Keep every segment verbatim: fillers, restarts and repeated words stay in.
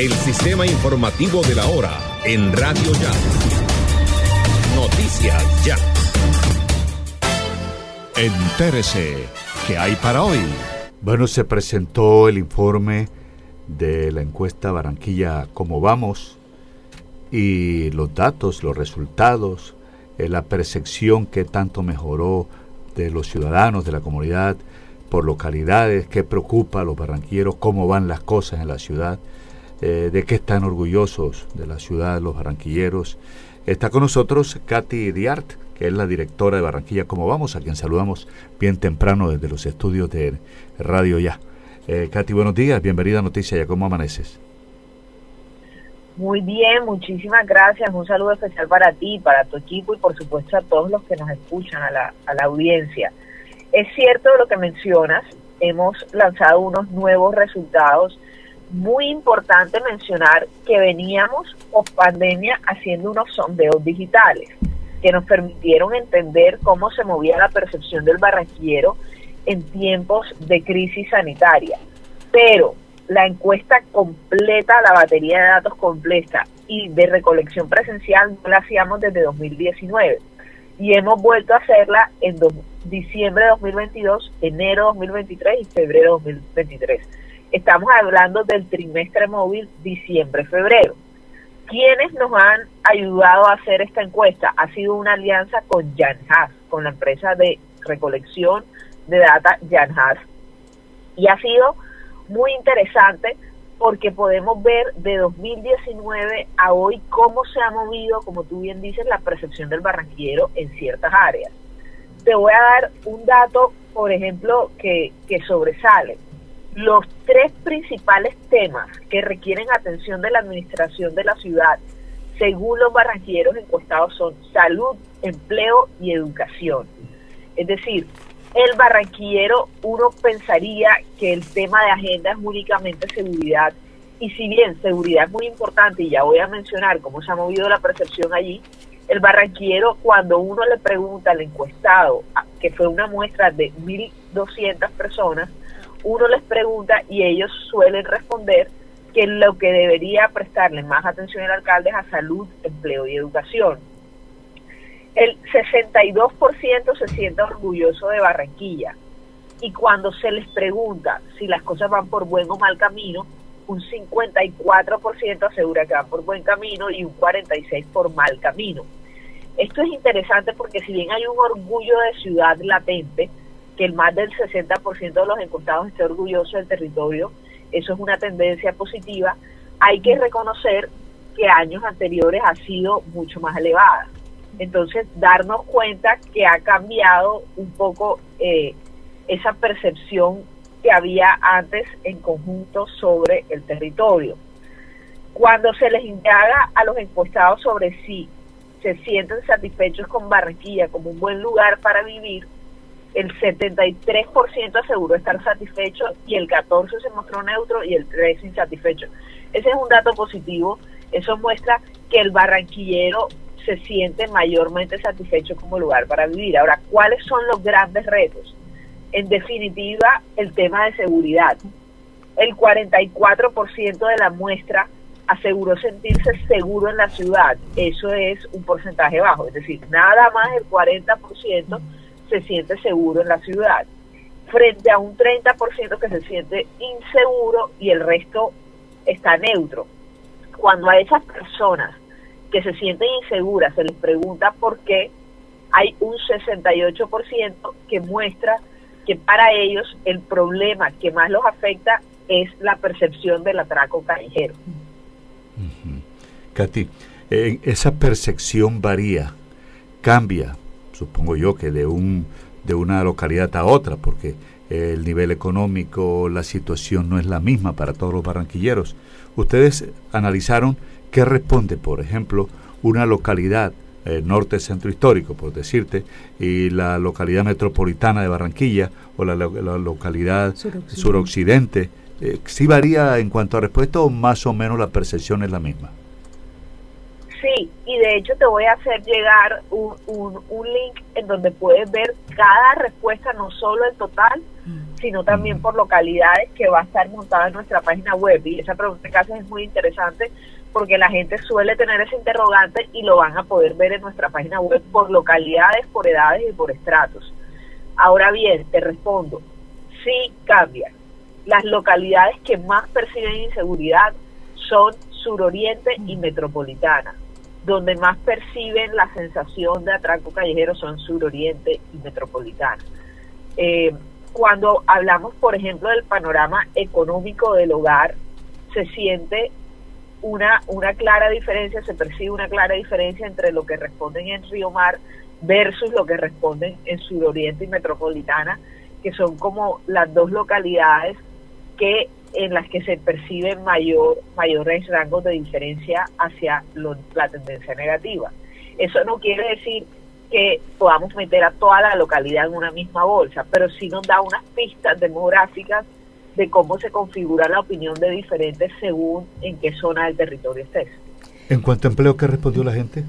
el sistema informativo de la hora en Radio Ya. Noticias Ya. Entérese, ¿qué hay para hoy? Bueno, se presentó el informe de la encuesta Barranquilla ¿Cómo vamos? Y los datos, los resultados, eh, la percepción que tanto mejoró de los ciudadanos, de la comunidad, por localidades, qué preocupa a los barranquilleros, cómo van las cosas en la ciudad, eh, de qué están orgullosos de la ciudad los barranquilleros. Está con nosotros Katy Diart, que es la directora de Barranquilla ¿Cómo vamos?, a quien saludamos bien temprano desde los estudios de Radio Ya. Eh, Katy, buenos días, bienvenida a Noticias Ya, ¿cómo amaneces? Muy bien, muchísimas gracias, un saludo especial para ti, para tu equipo y por supuesto a todos los que nos escuchan, a la, a la audiencia. Es cierto lo que mencionas, hemos lanzado unos nuevos resultados. Muy importante mencionar que veníamos post pandemia haciendo unos sondeos digitales que nos permitieron entender cómo se movía la percepción del barranquillero en tiempos de crisis sanitaria. Pero la encuesta completa, la batería de datos completa y de recolección presencial no la hacíamos desde dos mil diecinueve y hemos vuelto a hacerla en do, diciembre de dos mil veintidós, enero de dos mil veintitrés y febrero de dos mil veintitrés. Estamos hablando del trimestre móvil diciembre-febrero. ¿Quiénes nos han ayudado a hacer esta encuesta? Ha sido una alianza con Janhas, con la empresa de recolección de data Janhas, y ha sido muy interesante porque podemos ver de dos mil diecinueve a hoy cómo se ha movido, como tú bien dices, la percepción del barranquillero en ciertas áreas. Te voy a dar un dato, por ejemplo, que, que sobresale. Los tres principales temas que requieren atención de la administración de la ciudad, según los barranquilleros encuestados, son salud, empleo y educación. Es decir, el barranquillero, uno pensaría que el tema de agenda es únicamente seguridad, y si bien seguridad es muy importante, y ya voy a mencionar cómo se ha movido la percepción allí, el barranquillero, cuando uno le pregunta al encuestado, que fue una muestra de mil doscientas personas, uno les pregunta y ellos suelen responder que lo que debería prestarle más atención el alcalde es a salud, empleo y educación. El sesenta y dos por ciento se siente orgulloso de Barranquilla, y cuando se les pregunta si las cosas van por buen o mal camino, un cincuenta y cuatro por ciento asegura que van por buen camino y un cuarenta y seis por ciento por mal camino. Esto es interesante porque si bien hay un orgullo de ciudad latente, que el más del sesenta por ciento de los encuestados esté orgulloso del territorio, eso es una tendencia positiva, hay que reconocer que años anteriores ha sido mucho más elevada. Entonces, darnos cuenta que ha cambiado un poco eh, esa percepción que había antes en conjunto sobre el territorio. Cuando se les indaga a los encuestados sobre si se sienten satisfechos con Barranquilla como un buen lugar para vivir, el setenta y tres por ciento aseguró estar satisfecho y el catorce por ciento se mostró neutro y el tres por ciento insatisfecho. Ese es un dato positivo, eso muestra que el barranquillero se siente mayormente satisfecho como lugar para vivir. Ahora, ¿cuáles son los grandes retos? En definitiva, el tema de seguridad. El cuarenta y cuatro por ciento de la muestra aseguró sentirse seguro en la ciudad. Eso es un porcentaje bajo, es decir, nada más el cuarenta por ciento se siente seguro en la ciudad, frente a un treinta por ciento que se siente inseguro y el resto está neutro. Cuando a esas personas que se sienten inseguras se les pregunta por qué, hay un sesenta y ocho por ciento que muestra que para ellos el problema que más los afecta es la percepción del atraco callejero. Uh-huh. Katy, eh, esa percepción varía, cambia, supongo yo que de un de una localidad a otra, porque eh, el nivel económico, la situación no es la misma para todos los barranquilleros. Ustedes analizaron qué responde, por ejemplo, una localidad eh, norte centro histórico, por decirte, y la localidad metropolitana de Barranquilla o la, la localidad suroccidente. suroccidente. Eh, ¿Sí varía en cuanto a respuesta o más o menos la percepción es la misma? Sí, y de hecho te voy a hacer llegar un, un, un link en donde puedes ver cada respuesta, no solo el total, sino también por localidades, que va a estar montada en nuestra página web. Y esa pregunta que haces es muy interesante porque la gente suele tener ese interrogante y lo van a poder ver en nuestra página web por localidades, por edades y por estratos. Ahora bien, te respondo, sí cambia. Las localidades que más perciben inseguridad son suroriente y metropolitana. Donde más perciben la sensación de atraco callejero son suroriente y metropolitana. Eh, cuando hablamos, por ejemplo, del panorama económico del hogar, se siente una, una clara diferencia, se percibe una clara diferencia entre lo que responden en Río Mar versus lo que responden en suroriente y metropolitana, que son como las dos localidades que en las que se perciben mayor, mayores rangos de diferencia hacia lo, la tendencia negativa. Eso no quiere decir que podamos meter a toda la localidad en una misma bolsa, pero sí nos da unas pistas demográficas de cómo se configura la opinión de diferentes según en qué zona del territorio estés. ¿En cuanto a empleo, qué respondió la gente?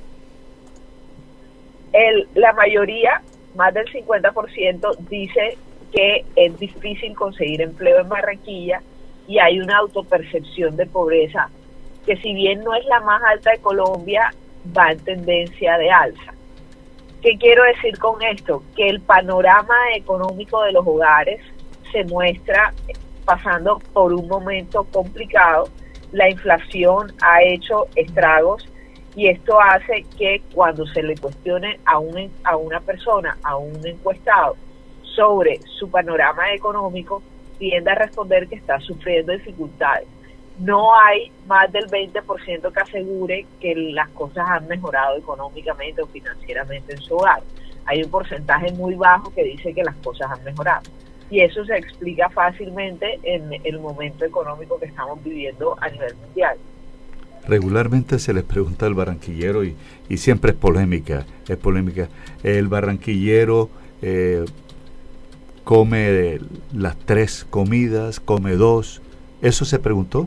El, la mayoría, más del cincuenta por ciento, dice que es difícil conseguir empleo en Barranquilla y hay una autopercepción de pobreza que, si bien no es la más alta de Colombia, va en tendencia de alza. ¿Qué quiero decir con esto? Que el panorama económico de los hogares se muestra pasando por un momento complicado. La inflación ha hecho estragos y esto hace que cuando se le cuestione a, un, a una persona, a un encuestado, sobre su panorama económico, tiende a responder que está sufriendo dificultades. No hay más del veinte por ciento que asegure que las cosas han mejorado económicamente o financieramente en su hogar. Hay un porcentaje muy bajo que dice que las cosas han mejorado. Y eso se explica fácilmente en el momento económico que estamos viviendo a nivel mundial. Regularmente se les pregunta al barranquillero y, y siempre es polémica, es polémica. El barranquillero eh, come las tres comidas, come dos. ¿Eso se preguntó?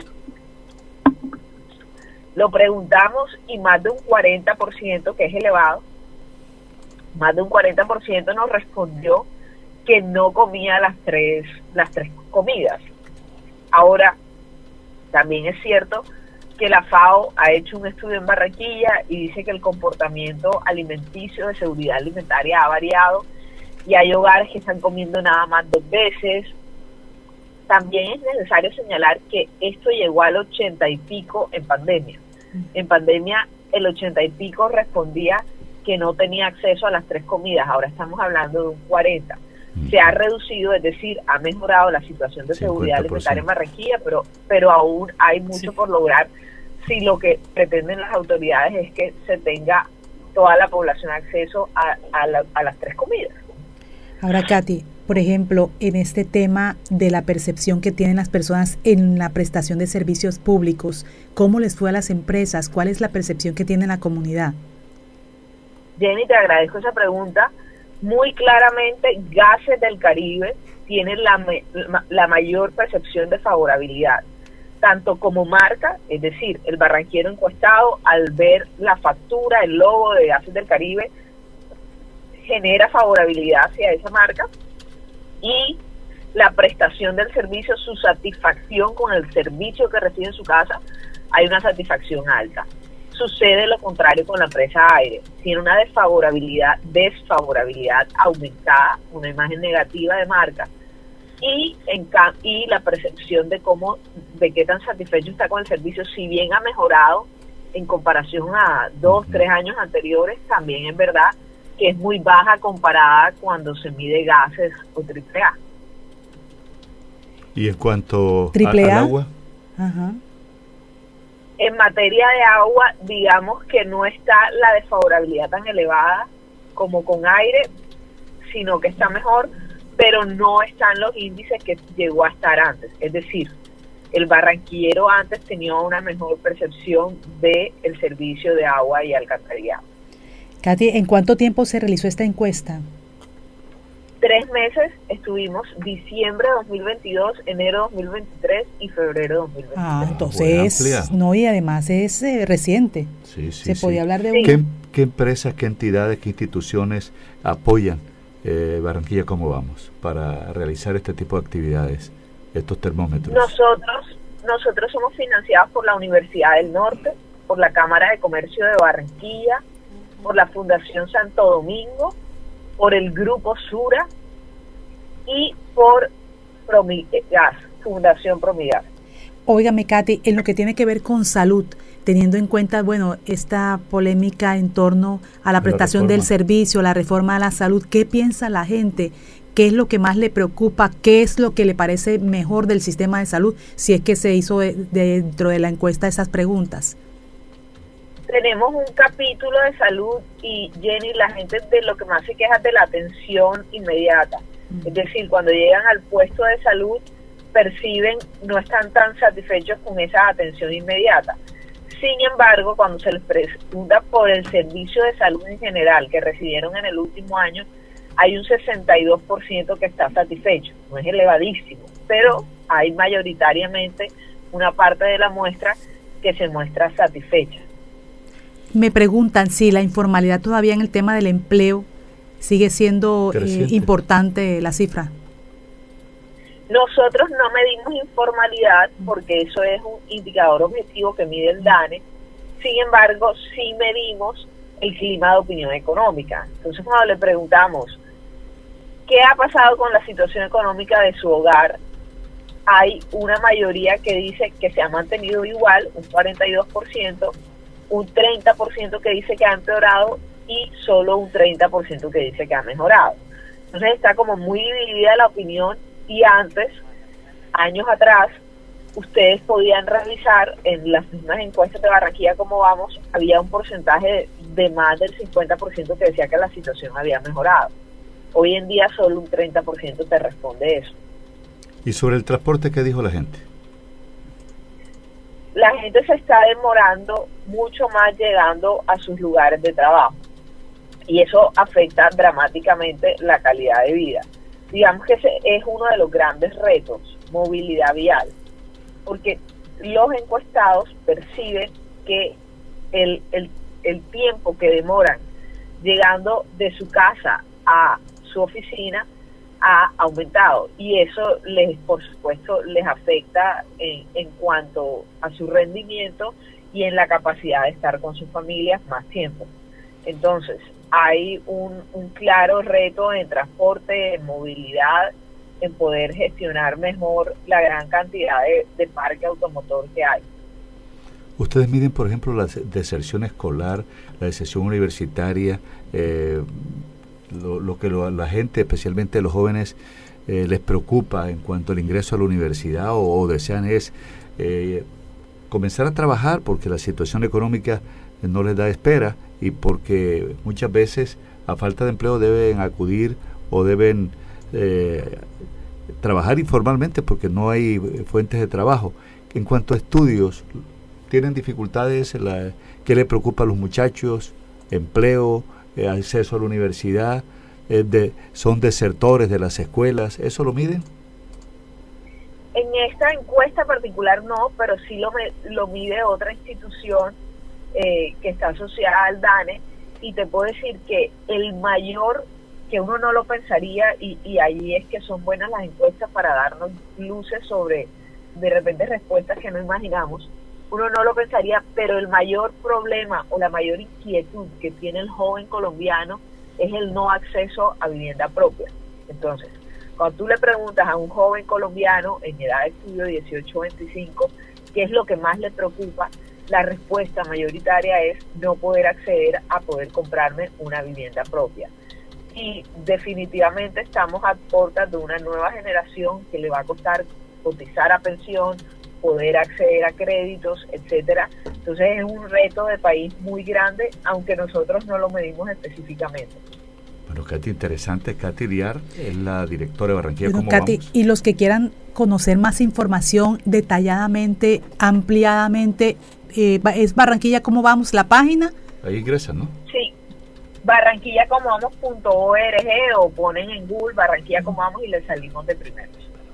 Lo preguntamos y más de un cuarenta por ciento, que es elevado, más de un cuarenta por ciento nos respondió que no comía las tres, las tres comidas. Ahora, también es cierto que la FAO ha hecho un estudio en Barranquilla y dice que el comportamiento alimenticio de seguridad alimentaria ha variado y hay hogares que están comiendo nada más dos veces. También es necesario señalar que esto llegó al ochenta y pico en pandemia. En pandemia el ochenta y pico respondía que no tenía acceso a las tres comidas, ahora estamos hablando de un cuarenta. Se ha reducido, es decir, ha mejorado la situación de seguridad alimentaria en Barranquilla, pero, pero aún hay mucho sí. por lograr si lo que pretenden las autoridades es que se tenga toda la población acceso a, a, la, a las tres comidas. Ahora, Katy, por ejemplo, en este tema de la percepción que tienen las personas en la prestación de servicios públicos, ¿cómo les fue a las empresas? ¿Cuál es la percepción que tiene la comunidad? Jenny, te agradezco esa pregunta. Muy claramente, Gases del Caribe tiene la, la mayor percepción de favorabilidad, tanto como marca, es decir, el barranquero encuestado al ver la factura, el logo de Gases del Caribe, genera favorabilidad hacia esa marca, y la prestación del servicio, su satisfacción con el servicio que recibe en su casa, hay una satisfacción alta. Sucede lo contrario con la empresa Aire, tiene una desfavorabilidad, desfavorabilidad aumentada, una imagen negativa de marca, y en y la percepción de cómo, de qué tan satisfecho está con el servicio, si bien ha mejorado en comparación a dos, tres años anteriores, también es verdad que es muy baja comparada cuando se mide gases o triple A. ¿Y en cuanto ¿Triple A? al agua? Ajá. En materia de agua, digamos que no está la desfavorabilidad tan elevada como con Aire, sino que está mejor, pero no están los índices que llegó a estar antes. Es decir, el barranquillero antes tenía una mejor percepción del servicio de agua y alcantarillado. Katy, ¿en cuánto tiempo se realizó esta encuesta? tres meses estuvimos diciembre de dos mil veintidós, enero de dos mil veintitrés y febrero de dos mil veintitrés. Ah, entonces, no, y además es eh, reciente. Sí, sí, Se sí. podía hablar de... Sí. ¿Qué, ¿Qué empresas, qué entidades, qué instituciones apoyan eh, Barranquilla Cómo Vamos para realizar este tipo de actividades, estos termómetros? Nosotros, nosotros somos financiados por la Universidad del Norte, por la Cámara de Comercio de Barranquilla, por la Fundación Santo Domingo, por el Grupo Sura y por Promigas, Fundación Promigas. Óigame, Katy, en lo que tiene que ver con salud, teniendo en cuenta, bueno, esta polémica en torno a la prestación del servicio, la reforma a la salud, ¿qué piensa la gente? ¿Qué es lo que más le preocupa? ¿Qué es lo que le parece mejor del sistema de salud? Si es que se hizo de, de, dentro de la encuesta esas preguntas. Tenemos un capítulo de salud y, Jenny, la gente de lo que más se queja es de la atención inmediata. Uh-huh. Es decir, cuando llegan al puesto de salud, perciben, no están tan satisfechos con esa atención inmediata. Sin embargo, cuando se les pregunta por el servicio de salud en general que recibieron en el último año, hay un sesenta y dos por ciento que está satisfecho. No es elevadísimo, pero hay mayoritariamente una parte de la muestra que se muestra satisfecha. Me preguntan si la informalidad todavía en el tema del empleo sigue siendo eh, importante la cifra. Nosotros no medimos informalidad porque eso es un indicador objetivo que mide el DANE. Sin embargo, sí medimos el clima de opinión económica. Entonces, cuando le preguntamos qué ha pasado con la situación económica de su hogar, hay una mayoría que dice que se ha mantenido igual, un cuarenta y dos por ciento, un treinta por ciento que dice que ha empeorado y solo un treinta por ciento que dice que ha mejorado. Entonces está como muy dividida la opinión, y antes, años atrás, ustedes podían revisar en las mismas encuestas de Barranquilla Cómo Vamos, había un porcentaje de, de más del cincuenta por ciento que decía que la situación había mejorado. Hoy en día solo un treinta por ciento te responde eso. ¿Y sobre el transporte qué dijo la gente? La gente se está demorando mucho más llegando a sus lugares de trabajo y eso afecta dramáticamente la calidad de vida. Digamos que ese es uno de los grandes retos, movilidad vial, porque los encuestados perciben que el, el, el tiempo que demoran llegando de su casa a su oficina ha aumentado y eso les, por supuesto, les afecta en, en cuanto a su rendimiento y en la capacidad de estar con sus familias más tiempo. Entonces, hay un, un claro reto en transporte, en movilidad, en poder gestionar mejor la gran cantidad de, de parque automotor que hay. Ustedes miden, por ejemplo, la deserción escolar, la deserción universitaria, eh, Lo, lo que lo, la gente, especialmente los jóvenes, eh, les preocupa en cuanto al ingreso a la universidad o, o desean es eh, comenzar a trabajar porque la situación económica no les da espera y porque muchas veces a falta de empleo deben acudir o deben eh, trabajar informalmente porque no hay fuentes de trabajo. En cuanto a estudios, ¿tienen dificultades? La, ¿qué les preocupa a los muchachos? ¿Empleo? Eh, acceso a la universidad, eh, de, son desertores de las escuelas, ¿eso lo miden? En esta encuesta particular no, pero sí lo, me, lo mide otra institución eh, que está asociada al DANE y te puedo decir que el mayor, que uno no lo pensaría y, y ahí es que son buenas las encuestas para darnos luces sobre de repente respuestas que no imaginamos. Uno no lo pensaría, pero el mayor problema o la mayor inquietud que tiene el joven colombiano es el no acceso a vivienda propia. Entonces, cuando tú le preguntas a un joven colombiano en edad de estudio dieciocho a veinticinco, ¿qué es lo que más le preocupa? La respuesta mayoritaria es no poder acceder a poder comprarme una vivienda propia. Y definitivamente estamos a puertas de una nueva generación que le va a costar cotizar a pensión, poder acceder a créditos, etcétera. Entonces es un reto de país muy grande, aunque nosotros no lo medimos específicamente. Bueno, Katy, interesante. Katy Liar es la directora de Barranquilla bueno, Cómo Katy, Vamos. Y los que quieran conocer más información detalladamente, ampliadamente, eh, ¿es Barranquilla Cómo Vamos la página? Ahí ingresan, ¿no? Sí, barranquilla como vamos punto org o ponen en Google Barranquilla como vamos y les salimos de primeros.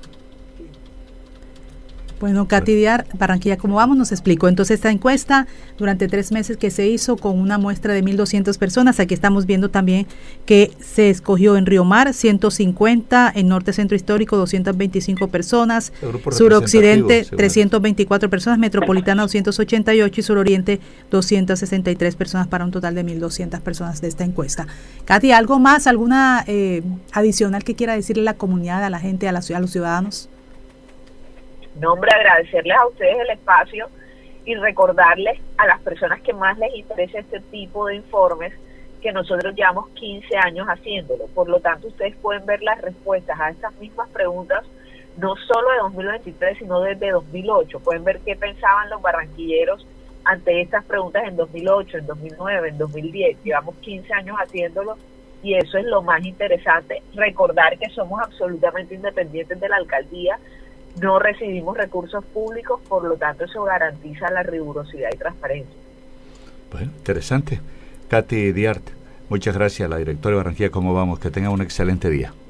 Bueno, Katy Díaz, Barranquilla como vamos, nos explicó entonces esta encuesta durante tres meses que se hizo con una muestra de mil doscientas personas. Aquí estamos viendo también que se escogió en Río Mar ciento cincuenta, en Norte Centro Histórico doscientas veinticinco personas, Suroccidente trescientas veinticuatro personas, Metropolitana doscientas ochenta y ocho y Suroriente doscientas sesenta y tres personas para un total de mil doscientas personas de esta encuesta. Katy, ¿algo más, alguna eh, adicional que quiera decirle a la comunidad, a la gente, a, la, a los ciudadanos? No, hombre, agradecerles a ustedes el espacio y recordarles a las personas que más les interesa este tipo de informes que nosotros llevamos quince años haciéndolo. Por lo tanto, ustedes pueden ver las respuestas a estas mismas preguntas, no solo de dos mil veintitrés, sino desde dos mil ocho. Pueden ver qué pensaban los barranquilleros ante estas preguntas en dos mil ocho, en dos mil nueve, en dos mil diez. Llevamos quince años haciéndolo y eso es lo más interesante. Recordar que somos absolutamente independientes de la alcaldía. No recibimos recursos públicos, por lo tanto eso garantiza la rigurosidad y transparencia. Bueno, interesante. Katy Díaz, muchas gracias, la directora de Barranquilla, ¿cómo vamos? Que tenga un excelente día.